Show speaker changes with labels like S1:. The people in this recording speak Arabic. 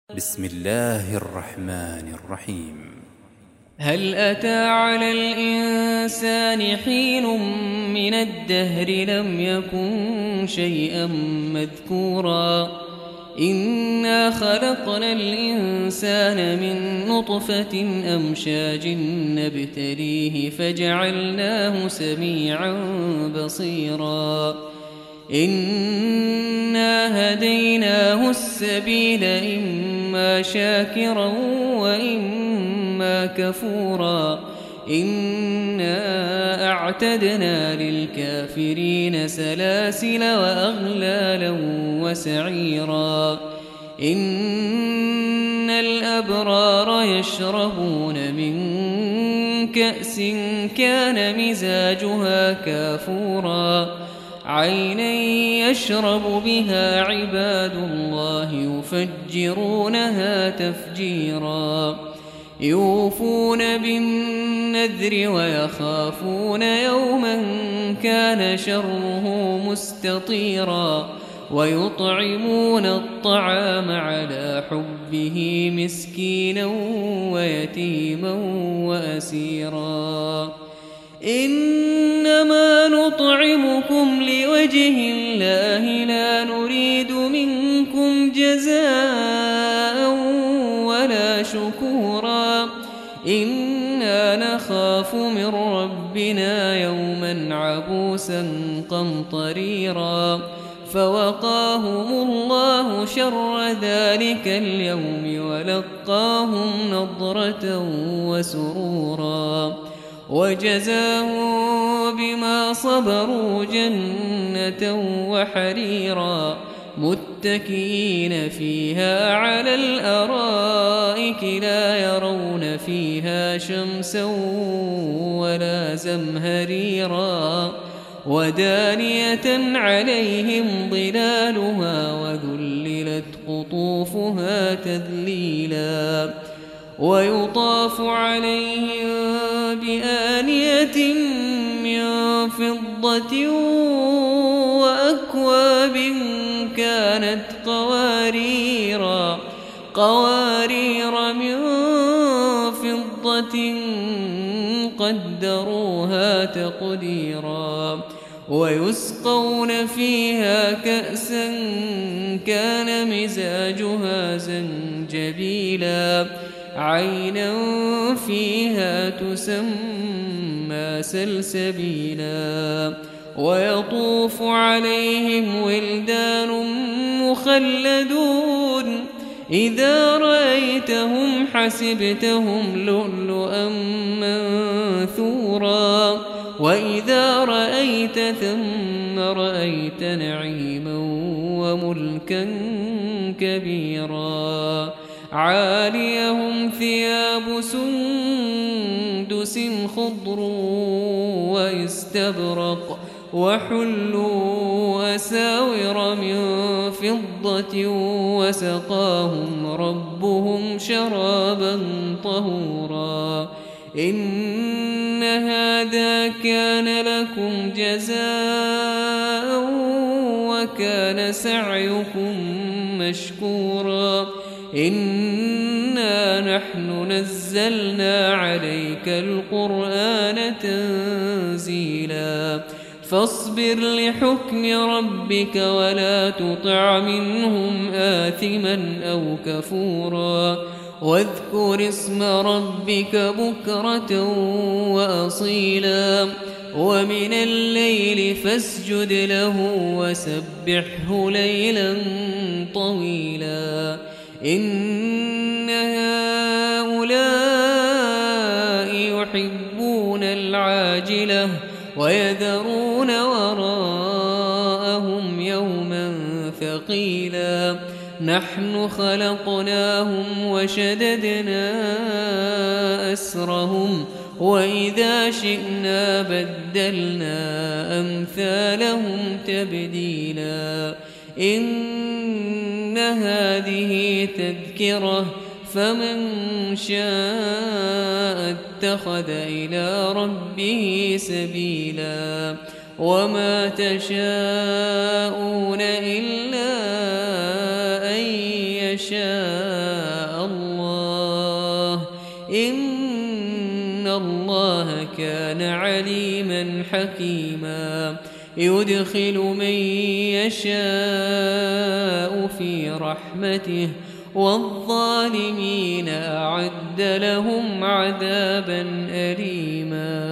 S1: بسم الله الرحمن الرحيم.
S2: هل أتى على الإنسان حين من الدهر لم يكن شيئا مذكورا إنا خلقنا الإنسان من نطفة أمشاج نبتليه فجعلناه سميعا بصيرا إنا هديناه السبيل إما شاكرا وإما كفورا إنا أعتدنا للكافرين سلاسل وأغلالا وسعيرا إن الأبرار يشربون من كأس كان مزاجها كافورا عينا يشرب بها عباد الله يفجرونها تفجيرا يوفون بالنذر ويخافون يوما كان شره مستطيرا ويطعمون الطعام على حبه مسكينا ويتيما وأسيرا إنما نطعمكم لوجه الله لا نريد منكم جزاء ولا شكورا إنا نخاف من ربنا يوما عبوسا قمطريرا فوقاهم الله شر ذلك اليوم ولقاهم نضرة وسرورا وجزاهم بما صبروا جنة وحريرا متكئين فيها على الأرائك لا يرون فيها شمسا ولا زمهريرا ودانية عليهم ظلالها وذللت قطوفها تذليلا ويطاف عليهم بآنية من فضة وأكواب كانت قوارير من فضة قدروها تقديرا ويسقون فيها كأسا كان مزاجها زنجبيلا عينا فيها تسمى سلسبيلا ويطوف عليهم ولدان مخلدون إذا رأيتهم حسبتهم لؤلؤا منثورا وإذا رأيت ثم رأيت نعيما وملكا كبيرا عاليهم ثياب سندس خضر واستبرق وحلوا أساور من فضة وسقاهم ربهم شرابا طهورا إن هذا كان لكم جزاء وكان سعيكم مشكورا إنا نحن نزلنا عليك القرآن تنزيلا فاصبر لحكم ربك ولا تطع منهم آثما أو كفورا واذكر اسم ربك بكرة وأصيلا ومن الليل فاسجد له وسبحه ليلا طويلا إن هؤلاء يحبون العاجلة ويذرون وراءهم يوما ثقيلا نحن خلقناهم وشددنا أسرهم وإذا شئنا بدلنا أمثالهم تبديلا إن هذه تذكرة فمن شاء اتخذ إلى ربه سبيلا وما تشاءون إلا أن يشاء الله إن الله كان عليما حكيما يدخل من يشاء في رحمته والظالمين أعد لهم عذابا أليما